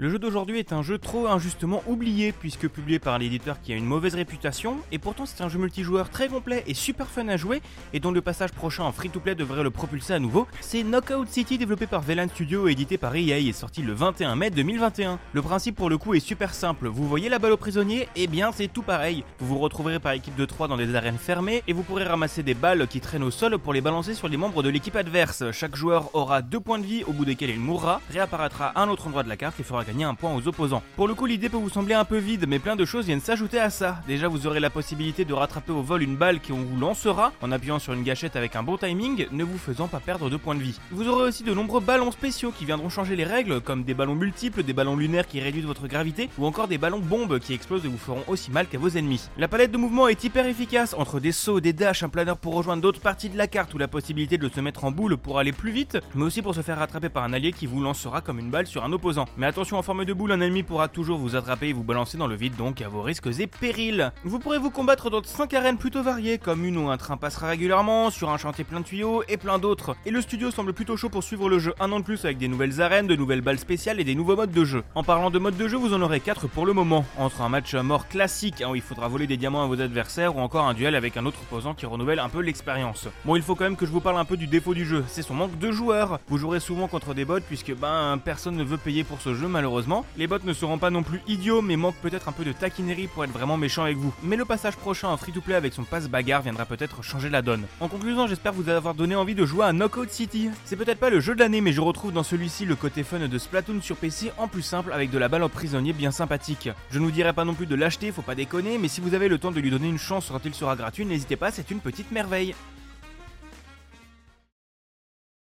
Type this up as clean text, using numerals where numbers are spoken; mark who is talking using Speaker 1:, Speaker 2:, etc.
Speaker 1: Le jeu d'aujourd'hui est un jeu trop injustement oublié puisque publié par l'éditeur qui a une mauvaise réputation et pourtant c'est un jeu multijoueur très complet et super fun à jouer et dont le passage prochain en free-to-play devrait le propulser à nouveau. C'est Knockout City développé par Velan Studio et édité par EA et sorti le 21 mai 2021. Le principe pour le coup est super simple, vous voyez la balle aux prisonniers, et bien c'est tout pareil. Vous vous retrouverez par équipe de 3 dans des arènes fermées et vous pourrez ramasser des balles qui traînent au sol pour les balancer sur les membres de l'équipe adverse. Chaque joueur aura 2 points de vie au bout desquels il mourra, réapparaîtra à un autre endroit de la carte et fera gagner un point aux opposants. Pour le coup l'idée peut vous sembler un peu vide mais plein de choses viennent s'ajouter à ça. Déjà vous aurez la possibilité de rattraper au vol une balle qu'on vous lancera en appuyant sur une gâchette avec un bon timing, ne vous faisant pas perdre de points de vie. Vous aurez aussi de nombreux ballons spéciaux qui viendront changer les règles, comme des ballons multiples, des ballons lunaires qui réduisent votre gravité ou encore des ballons bombes qui explosent et vous feront aussi mal qu'à vos ennemis. La palette de mouvements est hyper efficace, entre des sauts, des dashs, un planeur pour rejoindre d'autres parties de la carte ou la possibilité de se mettre en boule pour aller plus vite, mais aussi pour se faire rattraper par un allié qui vous lancera comme une balle sur un opposant. Mais attention, en forme de boule, un ennemi pourra toujours vous attraper et vous balancer dans le vide, donc à vos risques et périls. Vous pourrez vous combattre dans 5 arènes plutôt variées, comme une où un train passera régulièrement, sur un chantier plein de tuyaux et plein d'autres. Et le studio semble plutôt chaud pour suivre le jeu un an de plus avec des nouvelles arènes, de nouvelles balles spéciales et des nouveaux modes de jeu. En parlant de modes de jeu, vous en aurez 4 pour le moment, entre un match mort classique où il faudra voler des diamants à vos adversaires ou encore un duel avec un autre opposant qui renouvelle un peu l'expérience. Bon, il faut quand même que je vous parle un peu du défaut du jeu, c'est son manque de joueurs. Vous jouerez souvent contre des bots puisque personne ne veut payer pour ce jeu malheureusement. Les bots ne seront pas non plus idiots mais manquent peut-être un peu de taquinerie pour être vraiment méchants avec vous. Mais le passage prochain en free-to-play avec son pass bagarre viendra peut-être changer la donne. En conclusion, j'espère vous avoir donné envie de jouer à Knockout City. C'est peut-être pas le jeu de l'année mais je retrouve dans celui-ci le côté fun de Splatoon sur PC en plus simple avec de la balle en prisonnier bien sympathique. Je ne vous dirai pas non plus de l'acheter, faut pas déconner, mais si vous avez le temps de lui donner une chance quand il sera gratuit, n'hésitez pas, c'est une petite merveille.